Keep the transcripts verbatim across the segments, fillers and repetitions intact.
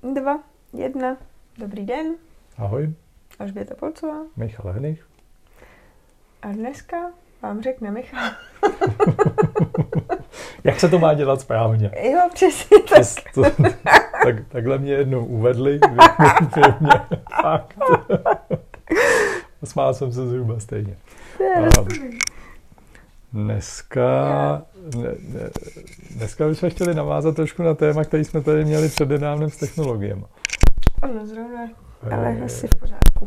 Dva, jedna. Dobrý den. Ahoj. Alžběta Polcová. Michal Henich. A dneska vám řekne Michal. Jak se to má dělat správně? Jo, přesně tak. To, to, tak. Takhle mě jednou uvedli. Mě, fakt. Smál jsem se zhruba stejně. A dneska, ne, ne, dneska bychom chtěli navázat trošku na téma, který jsme tady měli přednedávnem s technologiemi. Ono zrovna, ale asi v pořádku.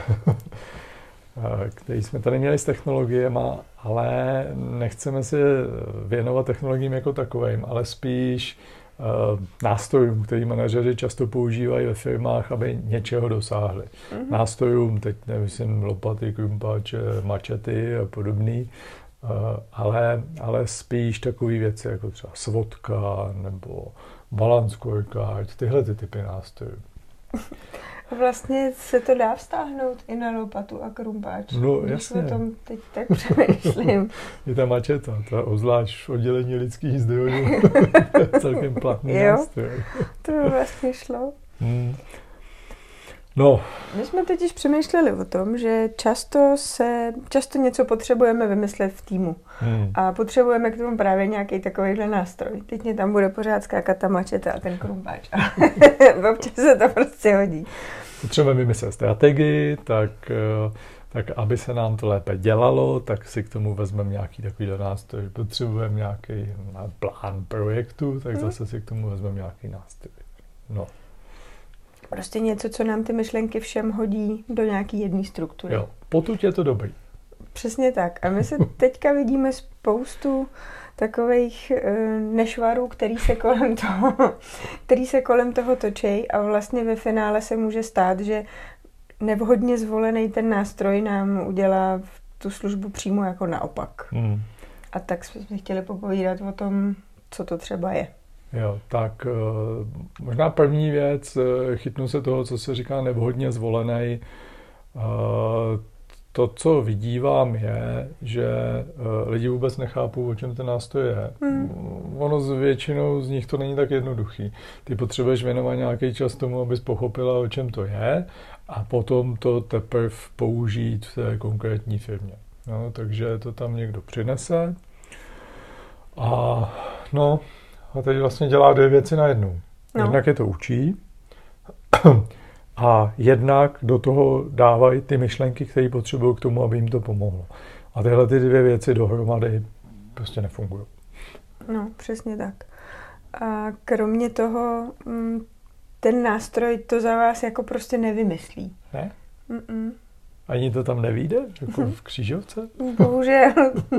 Který jsme tady měli s technologiemi, ale nechceme se věnovat technologiím jako takovým, ale spíš uh, nástrojům, který manažeři často používají ve firmách, aby něčeho dosáhli. Mm-hmm. Nástrojům, teď nemyslím lopaty, krumpáče, mačety a podobný, uh, ale, ale spíš takové věci jako třeba svodka nebo balance scorecard, tyhle ty typy nástrojů. Vlastně se to dá vztáhnout i na lopatu a krumpáč. No, Když jasně. o tom teď tak přemýšlím. Je ta mačeta, ta obzvlášť oddělení lidských zdrojů. Celkem platný nástroj. To by vlastně šlo. Hmm. No. My jsme totiž přemýšleli o tom, že často se, často něco potřebujeme vymyslet v týmu. Hmm. A potřebujeme k tomu právě nějaký takovýhle nástroj. Teď mě tam bude pořád skákat ta mačeta a ten krumpáč. Občas se to prostě hodí. Potřebujeme vymyslet strategii, tak, tak aby se nám to lépe dělalo, tak si k tomu vezmeme nějaký takovýhle nástroj. Potřebujeme nějaký plán projektu, tak zase si k tomu vezmeme nějaký nástroj. No. Prostě něco, co nám ty myšlenky všem hodí do nějaký jedné struktury. Jo, potud je to dobrý. Přesně tak. A my se teďka vidíme spoustu takových uh, nešvarů, který se kolem toho, který se kolem toho točí a vlastně ve finále se může stát, že nevhodně zvolený ten nástroj nám udělá tu službu přímo jako naopak. Hmm. A tak jsme chtěli popovídat o tom, co to třeba je. Jo, tak možná první věc, chytnu se toho, co se říká nevhodně zvolený. To, co vidívám, je, že lidi vůbec nechápou, o čem ten nástroj je. Hmm. Ono s většinou z nich to není tak jednoduchý. Ty potřebuješ věnovat nějaký čas tomu, abys pochopila, o čem to je, a potom to teprve použít v té konkrétní firmě. No, takže to tam někdo přinese. A no... A teď vlastně dělá dvě věci na jednu. No. Jednak je to učí a jednak do toho dávají ty myšlenky, které potřebují k tomu, aby jim to pomohlo. A tyhle ty dvě věci dohromady prostě nefungují. No, přesně tak. A kromě toho ten nástroj to za vás jako prostě nevymyslí. Ne? Mm-mm. Ani to tam nevyjde? Jako v křížovce? Bohužel.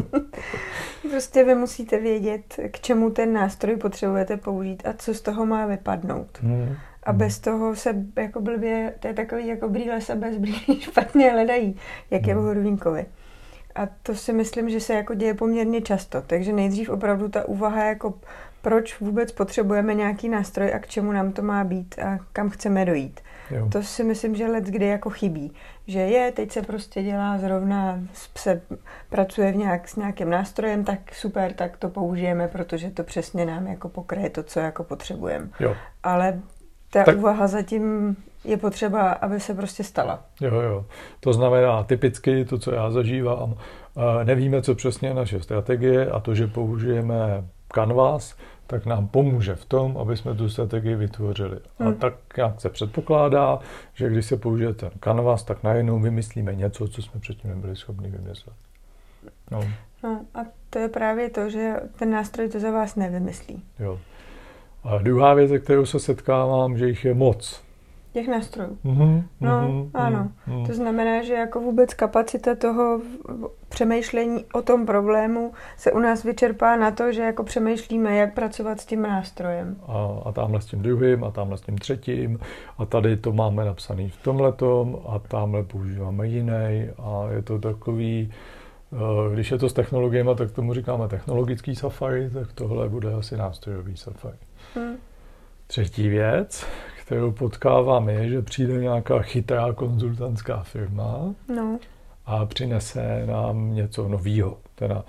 Prostě vy musíte vědět, k čemu ten nástroj potřebujete použít a co z toho má vypadnout. Hmm. A bez toho se jako blbě, to je takový jako brýle se bez brýlí špatně hledají, jak je v Horvínkovi. A to si myslím, že se jako děje poměrně často. Takže nejdřív opravdu ta úvaha, jako proč vůbec potřebujeme nějaký nástroj a k čemu nám to má být a kam chceme dojít. Jo. To si myslím, že leckdy jako chybí. Že je, teď se prostě dělá zrovna, se pracuje v nějak, s nějakým nástrojem, tak super, tak to použijeme, protože to přesně nám jako pokryje to, co jako potřebujeme. Jo. Ale ta tak... úvaha zatím je potřeba, aby se prostě stala. Jo, jo. To znamená typicky to, co já zažívám, nevíme, co přesně je naše strategie a to, že použijeme Canvas, tak nám pomůže v tom, aby jsme tu strategii vytvořili. Hmm. A tak jak se předpokládá, že když se použije ten Canvas, tak najednou vymyslíme něco, co jsme předtím nebyli schopni vymyslet. No. No, a to je právě to, že ten nástroj to za vás nevymyslí. Jo. A druhá věc, se kterou se setkávám, že jich je moc. Těch nástrojů. Mm-hmm, no, mm-hmm, ano. Mm-hmm. To znamená, že jako vůbec kapacita toho přemýšlení o tom problému se u nás vyčerpá na to, že jako přemýšlíme, jak pracovat s tím nástrojem. A, a tamhle s tím druhým, a tamhle s tím třetím, a tady to máme napsaný v tomhletom, a tamhle používáme jiný, a je to takový, když je to s technologiemi, tak tomu říkáme technologický safari, tak tohle bude asi nástrojový safari. Hmm. Třetí věc, kterou potkávám, je, že přijde nějaká chytrá konzultantská firma no. a přinese nám něco novýho. Teda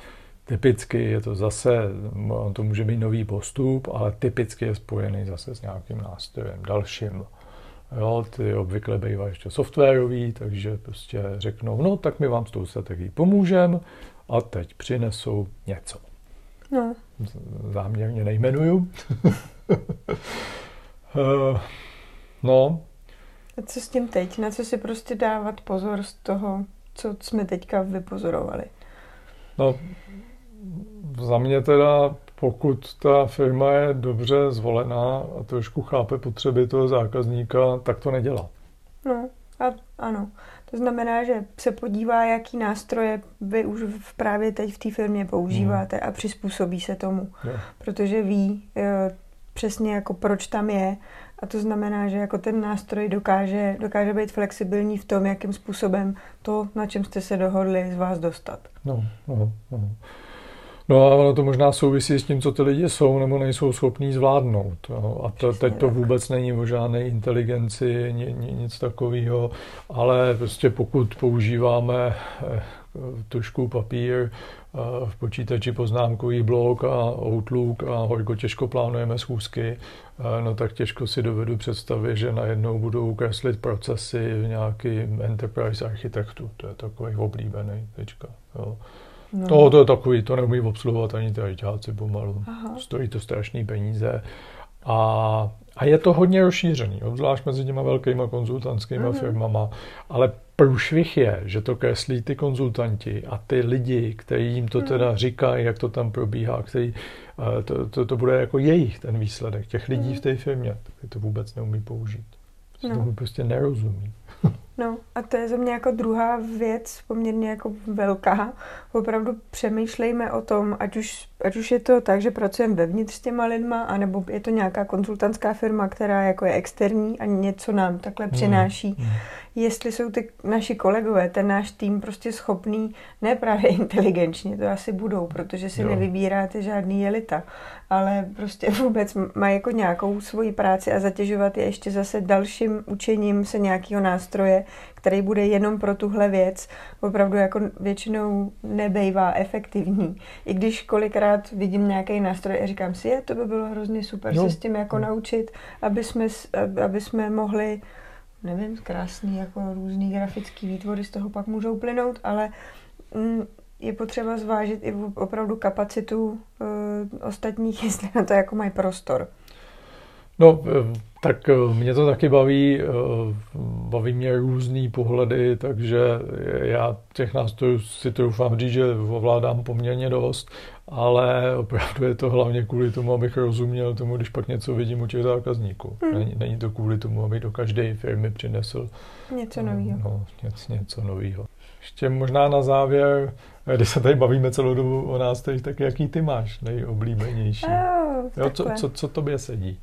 Typicky je to zase, to může být nový postup, ale typicky je spojený zase s nějakým nástrojem dalším. Jo, ty obvykle bývají ještě softwarový, takže prostě řeknou, no tak my vám s tou strategií pomůžeme a teď přinesou něco. No. Záměrně nejmenuju. No. A co s tím teď? Na co si prostě dávat pozor z toho, co jsme teďka vypozorovali? No, za mě teda, pokud ta firma je dobře zvolená a trošku chápe potřeby toho zákazníka, tak to nedělá. No, a ano. To znamená, že se podívá, jaký nástroje vy už v právě teď v té firmě používáte hmm. a přizpůsobí se tomu. Jo. Protože ví e, přesně jako proč tam je a to znamená, že jako ten nástroj dokáže, dokáže být flexibilní v tom, jakým způsobem to, na čem jste se dohodli, z vás dostat. No, no, no. No a ono to možná souvisí s tím, co ty lidi jsou nebo nejsou schopní zvládnout. Jo. A to, teď to vůbec není o žádné inteligenci, nic takového, ale prostě pokud používáme tužku, papír, v počítači poznámkový blok a Outlook a horko těžko plánujeme schůzky, no tak těžko si dovedu představit, že najednou budou kreslit procesy v nějakým enterprise architektu. To je takový oblíbený tečka. Jo. No. To, to je takový, to neumí obsluhovat ani ty ajťáci pomalu. Aha. Stojí to strašný peníze. A, a je to hodně rozšířený, obzvlášť mezi těma velkýma konzultantskými uh-huh. firmama. Ale průšvih je, že to kreslí ty konzultanti a ty lidi, kteří jim to teda říkají, jak to tam probíhá, který, to, to, to bude jako jejich ten výsledek, těch lidí uh-huh. v té firmě, tak to vůbec neumí použít. No. Tomu prostě nerozumí. No a to je za mě jako druhá věc, poměrně jako velká. Opravdu přemýšlejme o tom, ať už, ať už je to tak, že pracujeme vevnitř s těma lidma, anebo je to nějaká konzultantská firma, která jako je externí a něco nám takhle přináší. Mm. Jestli jsou ty naši kolegové, ten náš tým prostě schopný, ne právě inteligenčně, to asi budou, protože si jo. nevybíráte žádný jelita, ale prostě vůbec mají jako nějakou svoji práci a zatěžovat je ještě zase dalším učením se nějakého nástroje, který bude jenom pro tuhle věc, opravdu jako většinou nebejvá efektivní. I když kolikrát vidím nějaký nástroj a říkám si, je, to by bylo hrozně super no. se s tím jako no. naučit, aby jsme, aby jsme mohli, nevím, krásný jako různý grafický výtvory z toho pak můžou plynout, ale mm, je potřeba zvážit i opravdu kapacitu uh, ostatních, jestli na to jako mají prostor. No, tak mě to taky baví, baví mě různý pohledy, takže já těch nástrojů si troufám říct, že ovládám poměrně dost, ale opravdu je to hlavně kvůli tomu, abych rozuměl tomu, když pak něco vidím u těch zákazníků. Hmm. Není, není to kvůli tomu, abych do každé firmy přinesl něco nového. No, něco, něco nového. Ještě možná na závěr, když se tady bavíme celou dobu o nástrojích, tak jaký ty máš nejoblíbenější? Oh, jo, co, co, co tobě sedí?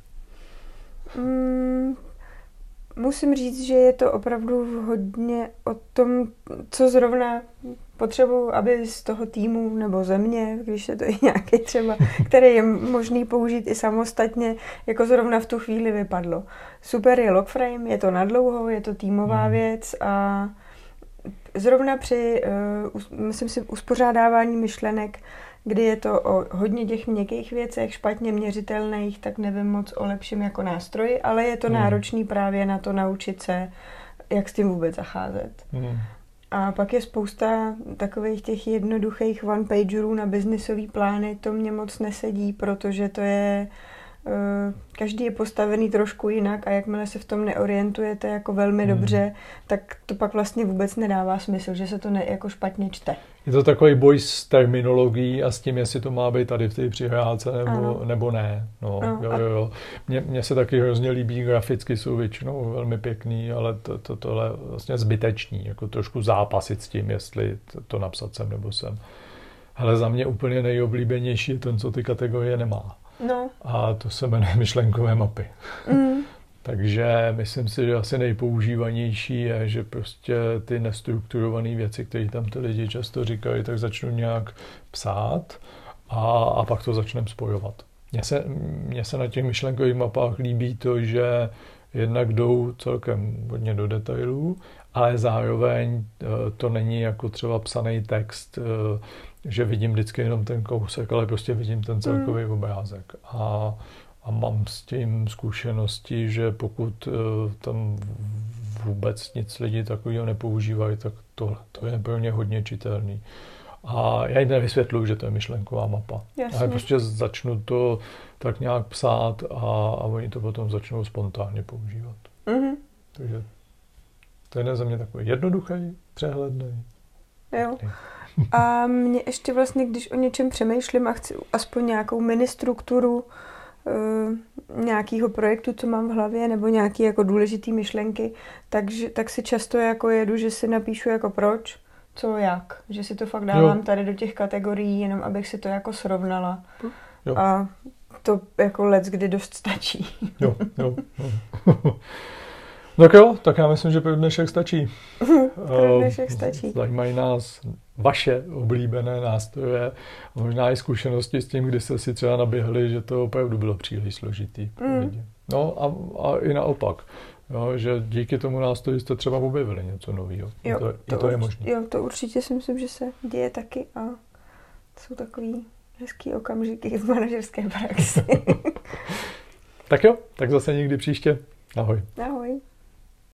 Mm, musím říct, že je to opravdu hodně o tom, co zrovna potřebuji, aby z toho týmu nebo země, když je to i nějaký třeba, který je možný použít i samostatně, jako zrovna v tu chvíli vypadlo. Super je Logframe, je to nadlouho, je to týmová mm. věc a zrovna při, uh, myslím si, uspořádávání myšlenek, kdy je to o hodně těch měkkých věcech, špatně měřitelných, tak nevím moc o lepším jako nástroji, ale je to mm. náročný právě na to naučit se, jak s tím vůbec zacházet. Mm. A pak je spousta takových těch jednoduchých one-pagerů na biznisový plány, to mě moc nesedí, protože to je, každý je postavený trošku jinak a jakmile se v tom neorientujete jako velmi hmm. dobře, tak to pak vlastně vůbec nedává smysl, že se to ne, jako špatně čte. Je to takový boj s terminologií a s tím, jestli to má být tady v té přihrádce nebo, nebo ne. No, no, jo, jo, jo. Mně, mně se taky hrozně líbí, graficky jsou většinou velmi pěkný, ale to, to, tohle je vlastně zbytečný, jako trošku zápasit s tím, jestli to, to napsat sem nebo sem. Ale za mě úplně nejoblíbenější je ten, co ty kategorie nemá. No. A to se jmenuje myšlenkové mapy. Mm. Takže myslím si, že asi nejpoužívanější je, že prostě ty nestrukturované věci, které tam ty lidi často říkají, tak začnu nějak psát a, a pak to začneme spojovat. Mně se, mně se na těch myšlenkových mapách líbí to, že jednak jdou celkem hodně do detailů, ale zároveň to není jako třeba psaný text, že vidím vždycky jenom ten kousek, ale prostě vidím ten celkový mm. obrázek. A, a mám s tím zkušenosti, že pokud uh, tam vůbec nic lidi takového nepoužívají, tak tohle to je pro ně hodně čitelný. A já jim nevysvětluji, že to je myšlenková mapa. Jasně. Ale prostě začnu to tak nějak psát a, a oni to potom začnou spontánně používat. Mm-hmm. Takže to je za mě takový jednoduchý, přehledný. Jo. A mě ještě vlastně, když o něčem přemýšlím a chci aspoň nějakou mini strukturu uh, nějakého projektu, co mám v hlavě, nebo nějaké jako důležité myšlenky, takže, tak si často jako jedu, že si napíšu jako proč, co, jak. Že si to fakt dávám jo. tady do těch kategorií, jenom abych si to jako srovnala. Jo. A to jako lec kdy dost stačí. Jo, jo. jo. Tak jo, tak já myslím, že pro dnešek stačí. Pro dnešek stačí. Zajímají nás vaše oblíbené nástroje, možná i zkušenosti s tím, kdy jste si třeba naběhli, že to opravdu bylo příliš složitý. Mm. No a, a i naopak, jo, že díky tomu nástroji jste třeba objevili něco nového. Jo, to, to, to je urč, možné. Jo, to určitě si myslím, že se děje taky a jsou takový hezký okamžiky v manažerské praxi. Tak jo, tak zase někdy příště. Ahoj. Ahoj.